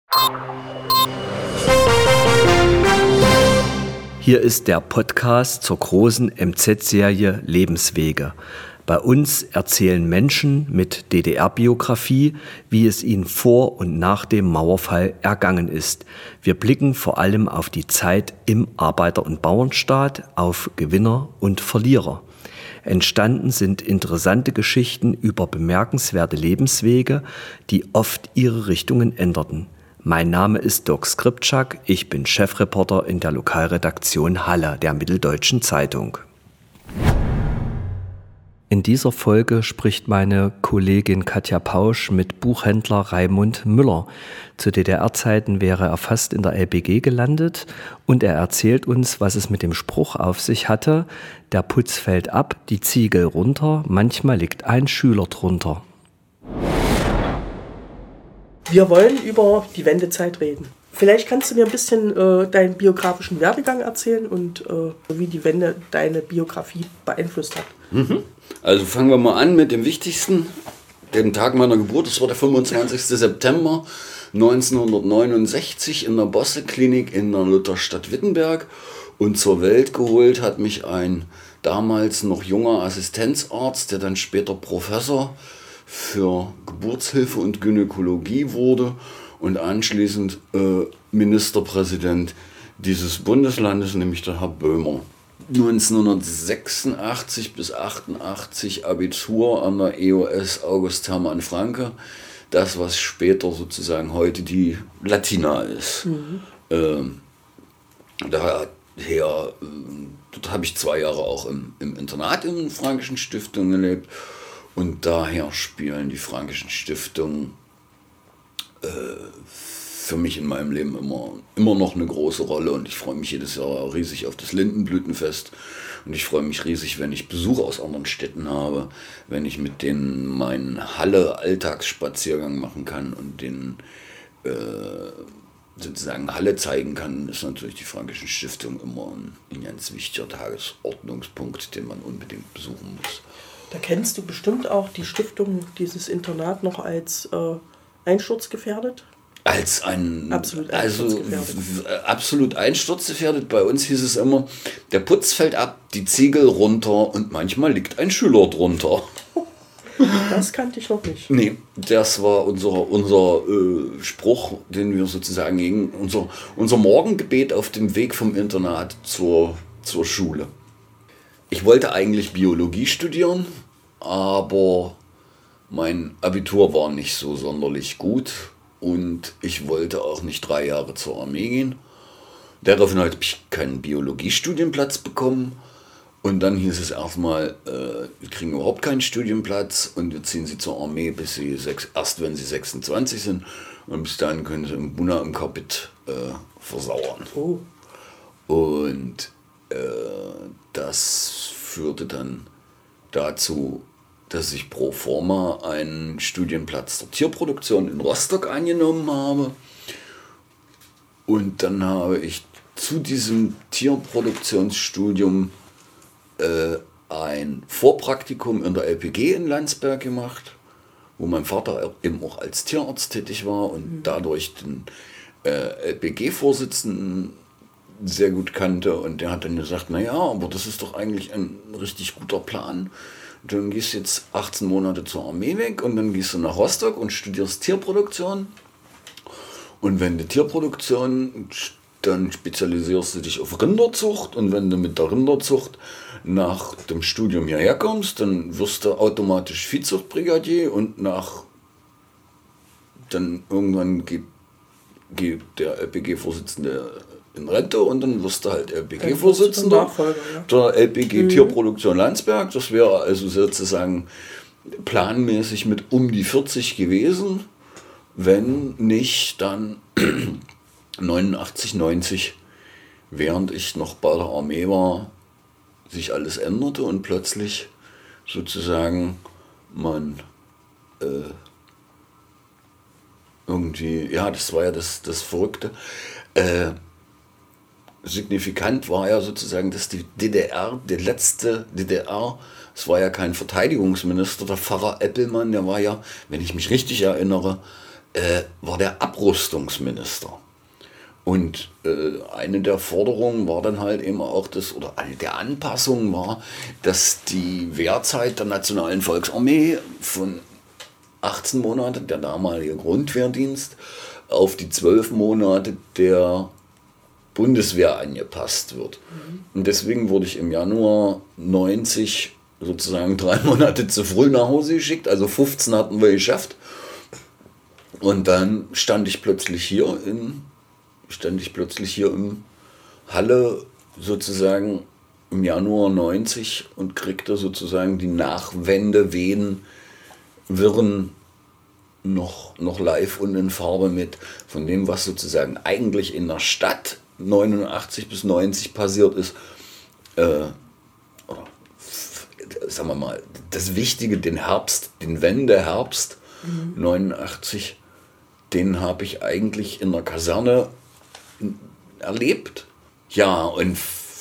Hier ist der Podcast zur großen MZ-Serie Lebenswege. Bei uns erzählen Menschen mit DDR-Biografie, wie es ihnen vor und nach dem Mauerfall ergangen ist. Wir blicken vor allem auf die Zeit im Arbeiter- und Bauernstaat, auf Gewinner und Verlierer. Entstanden sind interessante Geschichten über bemerkenswerte Lebenswege, die oft ihre Richtungen änderten. Mein Name ist Dirk Skripczak, ich bin Chefreporter in der Lokalredaktion Halle der Mitteldeutschen Zeitung. In dieser Folge spricht meine Kollegin Katja Pausch mit Buchhändler Raimund Müller. Zu DDR-Zeiten wäre er fast in der LPG gelandet und er erzählt uns, was es mit dem Spruch auf sich hatte: Der Putz fällt ab, die Ziegel runter, manchmal liegt ein Schüler drunter. Wir wollen über die Wendezeit reden. Vielleicht kannst du mir ein bisschen deinen biografischen Werdegang erzählen und wie die Wende deine Biografie beeinflusst hat. Also fangen wir mal an mit dem Wichtigsten, dem Tag meiner Geburt. Das war der 25. September 1969 in der Bosse-Klinik in der Lutherstadt Wittenberg. Und zur Welt geholt hat mich ein damals noch junger Assistenzarzt, der dann später Professor für Geburtshilfe und Gynäkologie wurde und anschließend Ministerpräsident dieses Bundeslandes, nämlich der Herr Böhmer. 1986 bis 88 Abitur an der EOS August Hermann Francke, das was später sozusagen heute die Latina ist. Dort habe ich 2 Jahre auch im Internat in Frankischen Stiftungen gelebt. Und daher spielen die Frankischen Stiftungen für mich in meinem Leben immer noch eine große Rolle. Und ich freue mich jedes Jahr riesig auf das Lindenblütenfest. Und ich freue mich riesig, wenn ich Besuch aus anderen Städten habe, wenn ich mit denen meinen Halle-Alltagsspaziergang machen kann und denen sozusagen Halle zeigen kann, ist natürlich die Frankischen Stiftung immer ein ganz wichtiger Tagesordnungspunkt, den man unbedingt besuchen muss. Da kennst du bestimmt auch die Stiftung, dieses Internat noch als einsturzgefährdet? Absolut einsturzgefährdet. Bei uns hieß es immer, der Putz fällt ab, die Ziegel runter und manchmal liegt ein Schüler drunter. Das kannte ich noch nicht. Nee, das war unser Spruch, den wir sozusagen gegen unser Morgengebet auf dem Weg vom Internat zur Schule. Ich wollte eigentlich Biologie studieren, aber mein Abitur war nicht so sonderlich gut und ich wollte auch nicht 3 Jahre zur Armee gehen. Daraufhin habe ich keinen Biologiestudienplatz bekommen und dann hieß es erstmal, wir kriegen überhaupt keinen Studienplatz und wir ziehen Sie zur Armee, erst wenn Sie 26 sind und bis dahin können Sie im Buna im Kapit versauern. Oh. Und das führte dann dazu, dass ich pro forma einen Studienplatz der Tierproduktion in Rostock angenommen habe. Und dann habe ich zu diesem Tierproduktionsstudium ein Vorpraktikum in der LPG in Landsberg gemacht, wo mein Vater eben auch als Tierarzt tätig war und dadurch den LPG-Vorsitzenden sehr gut kannte, und der hat dann gesagt, naja, aber das ist doch eigentlich ein richtig guter Plan. Dann gehst du jetzt 18 Monate zur Armee weg und dann gehst du nach Rostock und studierst Tierproduktion. Und wenn du Tierproduktion, dann spezialisierst du dich auf Rinderzucht, und wenn du mit der Rinderzucht nach dem Studium hierher kommst, dann wirst du automatisch Viehzuchtbrigadier und dann irgendwann geht der LPG-Vorsitzende in Rente und dann wirst du halt LPG-Vorsitzender der LPG Tierproduktion Landsberg. Das wäre also sozusagen planmäßig mit um die 40 gewesen, wenn nicht dann 89, 90, während ich noch bei der Armee war, sich alles änderte und plötzlich sozusagen man irgendwie, ja, das war ja das Verrückte, signifikant war ja sozusagen, dass die DDR, die letzte DDR, es war ja kein Verteidigungsminister, der Pfarrer Eppelmann, der war ja, wenn ich mich richtig erinnere, war der Abrüstungsminister. Und eine der Forderungen war dann halt eben auch oder eine der Anpassungen war, dass die Wehrzeit der Nationalen Volksarmee von 18 Monate, der damalige Grundwehrdienst, auf die 12 Monate der Bundeswehr angepasst wird. Und deswegen wurde ich im Januar 90 sozusagen 3 Monate zu früh nach Hause geschickt, also 15 hatten wir geschafft. Und dann stand ich plötzlich hier in Halle sozusagen im Januar 90 und kriegte sozusagen die Nachwendewehen, Wirren noch live und in Farbe mit von dem, was sozusagen eigentlich in der Stadt 89 bis 90 passiert ist. Oder sagen wir mal, das Wichtige, den Wendeherbst 89, den habe ich eigentlich in der Kaserne erlebt. Ja, und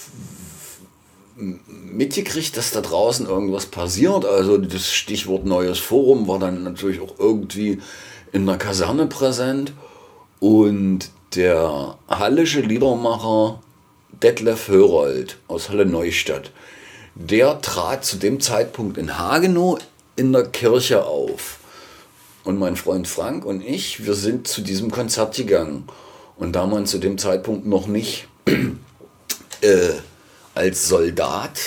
mitgekriegt, dass da draußen irgendwas passiert. Also das Stichwort neues Forum war dann natürlich auch irgendwie in der Kaserne präsent. Und der hallische Liedermacher Detlef Hörold aus Halle-Neustadt, der trat zu dem Zeitpunkt in Hagenow in der Kirche auf. Und mein Freund Frank und ich, wir sind zu diesem Konzert gegangen. Und da man zu dem Zeitpunkt noch nicht als Soldat,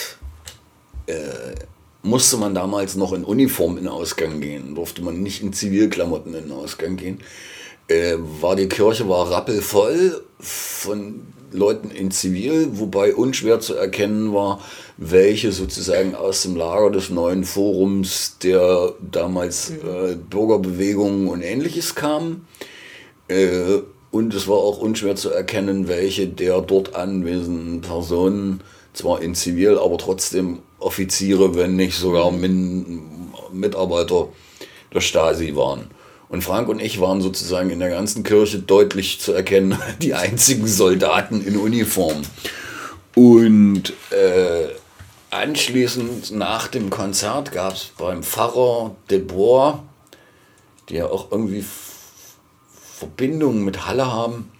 musste man damals noch in Uniform in den Ausgang gehen, durfte man nicht in Zivilklamotten in den Ausgang gehen. Die Kirche war rappelvoll von Leuten in Zivil, wobei unschwer zu erkennen war, welche sozusagen aus dem Lager des neuen Forums der damals Bürgerbewegungen und Ähnliches kamen. Und es war auch unschwer zu erkennen, welche der dort anwesenden Personen, zwar in Zivil, aber trotzdem Offiziere, wenn nicht sogar Mitarbeiter der Stasi waren. Und Frank und ich waren sozusagen in der ganzen Kirche deutlich zu erkennen, die einzigen Soldaten in Uniform. Und anschließend nach dem Konzert gab es beim Pfarrer de Boer, die ja auch irgendwie Verbindungen mit Halle haben,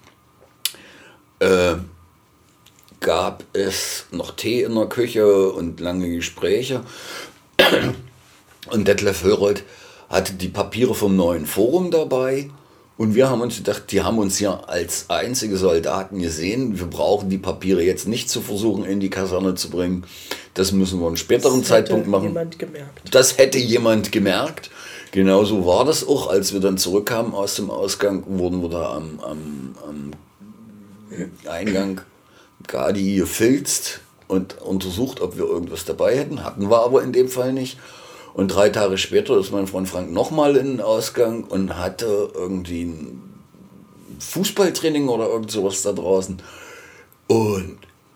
gab es noch Tee in der Küche und lange Gespräche. Und Detlef Hörold hatte die Papiere vom neuen Forum dabei. Und wir haben uns gedacht, die haben uns ja als einzige Soldaten gesehen. Wir brauchen die Papiere jetzt nicht zu versuchen, in die Kaserne zu bringen. Das müssen wir einen späteren Zeitpunkt machen. Das hätte jemand gemerkt. Genauso war das auch, als wir dann zurückkamen aus dem Ausgang, wurden wir da am Eingang Gadi gefilzt und untersucht, ob wir irgendwas dabei hätten. Hatten wir aber in dem Fall nicht. Und 3 Tage später ist mein Freund Frank nochmal in den Ausgang und hatte irgendwie ein Fußballtraining oder irgend sowas da draußen. Und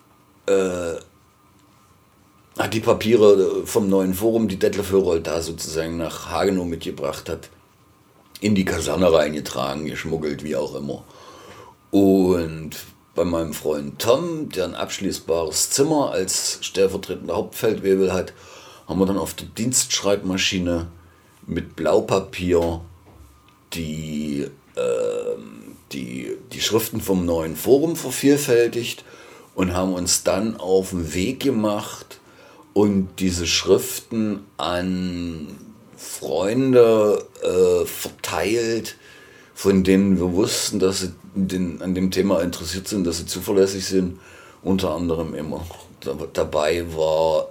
hat die Papiere vom neuen Forum, die Detlef Hörold da sozusagen nach Hagenow mitgebracht hat, in die Kaserne reingetragen, geschmuggelt, wie auch immer. Und bei meinem Freund Tom, der ein abschließbares Zimmer als stellvertretender Hauptfeldwebel hat, haben wir dann auf der Dienstschreibmaschine mit Blaupapier die Schriften vom neuen Forum vervielfältigt und haben uns dann auf den Weg gemacht und diese Schriften an Freunde verteilt, von denen wir wussten, dass sie an dem Thema interessiert sind, dass sie zuverlässig sind. Unter anderem immer dabei war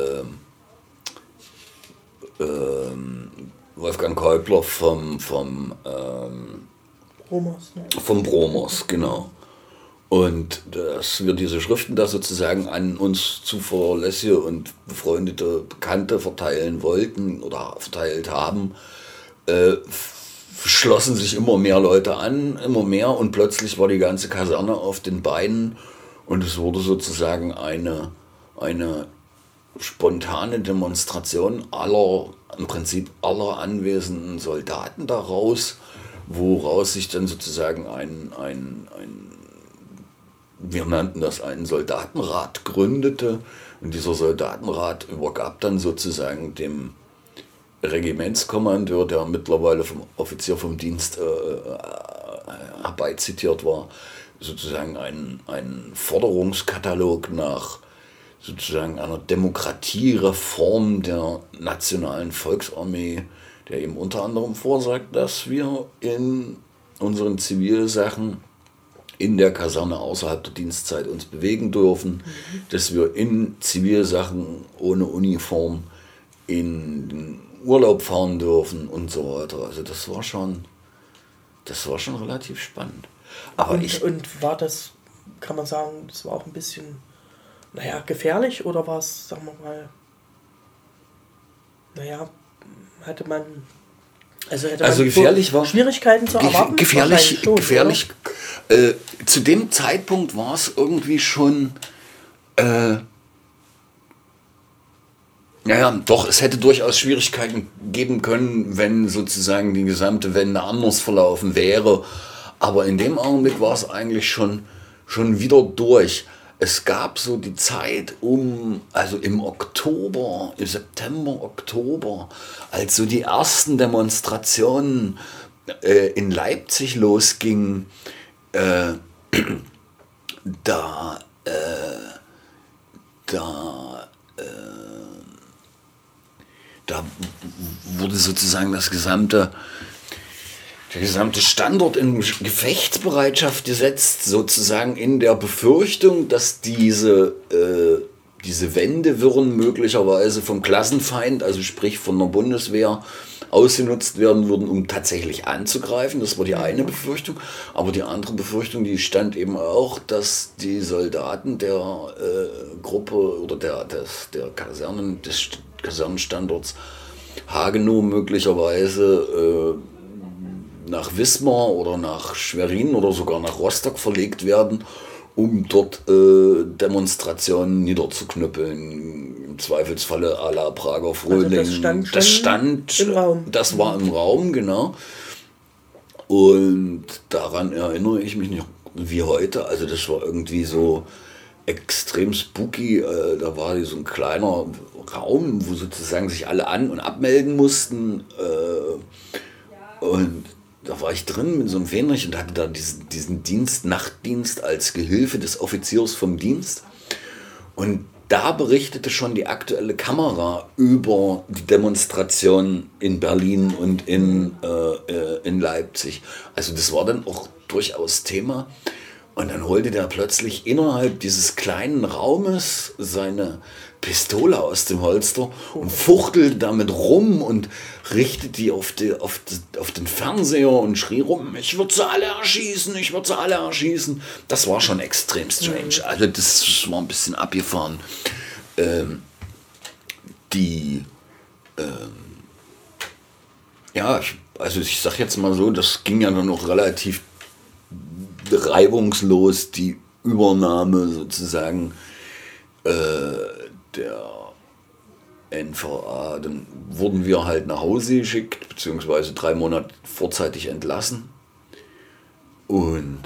Wolfgang Käubler vom Bromos, genau. Und dass wir diese Schriften da sozusagen an uns zuverlässige und befreundete Bekannte verteilen wollten oder verteilt haben, schlossen sich immer mehr Leute an, immer mehr, und plötzlich war die ganze Kaserne auf den Beinen und es wurde sozusagen eine spontane Demonstration im Prinzip aller anwesenden Soldaten daraus, woraus sich dann sozusagen wir nannten das einen Soldatenrat gründete, und dieser Soldatenrat übergab dann sozusagen dem Regimentskommandeur, der mittlerweile vom Offizier vom Dienst herbeizitiert war, sozusagen einen Forderungskatalog nach sozusagen einer Demokratiereform der nationalen Volksarmee, der eben unter anderem vorsagt, dass wir in unseren Zivilsachen in der Kaserne außerhalb der Dienstzeit uns bewegen dürfen, dass wir in Zivilsachen ohne Uniform in den Urlaub fahren dürfen und so weiter. Also das war schon relativ spannend. Aber und war das, kann man sagen, das war auch ein bisschen, gefährlich oder war es, sagen wir mal, hatte man gefährlich war Schwierigkeiten zu erwarten? Gefährlich. Zu dem Zeitpunkt war es irgendwie schon, doch, es hätte durchaus Schwierigkeiten geben können, wenn sozusagen die gesamte Wende anders verlaufen wäre. Aber in dem Augenblick war es eigentlich schon wieder durch. Es gab so die Zeit im September, Oktober, als so die ersten Demonstrationen in Leipzig losgingen, da wurde sozusagen der gesamte Standort in Gefechtsbereitschaft gesetzt, sozusagen in der Befürchtung, dass diese Wendewirren möglicherweise vom Klassenfeind, also sprich von der Bundeswehr, ausgenutzt werden würden, um tatsächlich anzugreifen. Das war die eine Befürchtung. Aber die andere Befürchtung, die stand eben auch, dass die Soldaten der Gruppe oder der Kasernen, des Kasernenstandorts Hagenow möglicherweise nach Wismar oder nach Schwerin oder sogar nach Rostock verlegt werden, um dort Demonstrationen niederzuknüppeln. Im Zweifelsfalle à la Prager Frühling. Also das stand im Raum. Das war im Raum, genau. Und daran erinnere ich mich nicht wie heute. Also das war irgendwie so extrem spooky. Da war so ein kleiner Raum, wo sozusagen sich alle an- und abmelden mussten. Und da war ich drin mit so einem Fähnrich und hatte da diesen Nachtdienst als Gehilfe des Offiziers vom Dienst. Und da berichtete schon die aktuelle Kamera über die Demonstration in Berlin und in Leipzig. Also das war dann auch durchaus Thema. Und dann holte der plötzlich innerhalb dieses kleinen Raumes seine Pistole aus dem Holster und fuchtelte damit rum und richtete die auf den Fernseher und schrie rum, ich würde sie alle erschießen. Das war schon extrem strange. Also das war ein bisschen abgefahren. Ich sag jetzt mal so, das ging ja dann noch relativ reibungslos, die Übernahme sozusagen der NVA. Dann wurden wir halt nach Hause geschickt, beziehungsweise 3 Monate vorzeitig entlassen. Und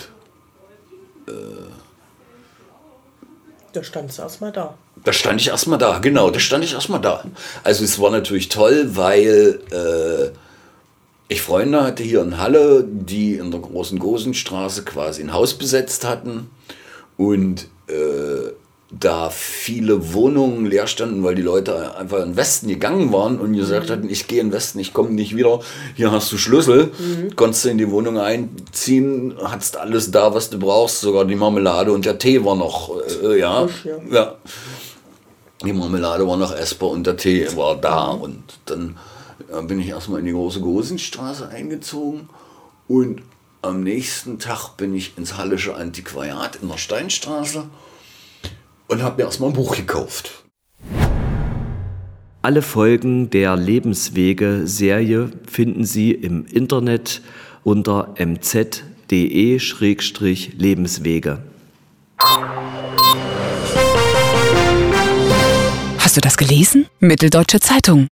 da standst du erstmal da. Da stand ich erstmal da. Also es war natürlich toll, weil ich Freunde hatte hier in Halle, die in der Großen Gosenstraße quasi ein Haus besetzt hatten und da viele Wohnungen leer standen, weil die Leute einfach in den Westen gegangen waren und gesagt hatten, ich gehe in den Westen, ich komme nicht wieder, hier hast du Schlüssel, konntest du in die Wohnung einziehen, hattest alles da, was du brauchst, sogar die Marmelade und der Tee war noch, ja. Die Marmelade war noch essbar und der Tee war da und dann bin ich erstmal in die Große Gosenstraße eingezogen und am nächsten Tag bin ich ins Hallische Antiquariat in der Steinstraße und habe mir erstmal ein Buch gekauft. Alle Folgen der Lebenswege-Serie finden Sie im Internet unter mz.de/lebenswege. Hast du das gelesen? Mitteldeutsche Zeitung.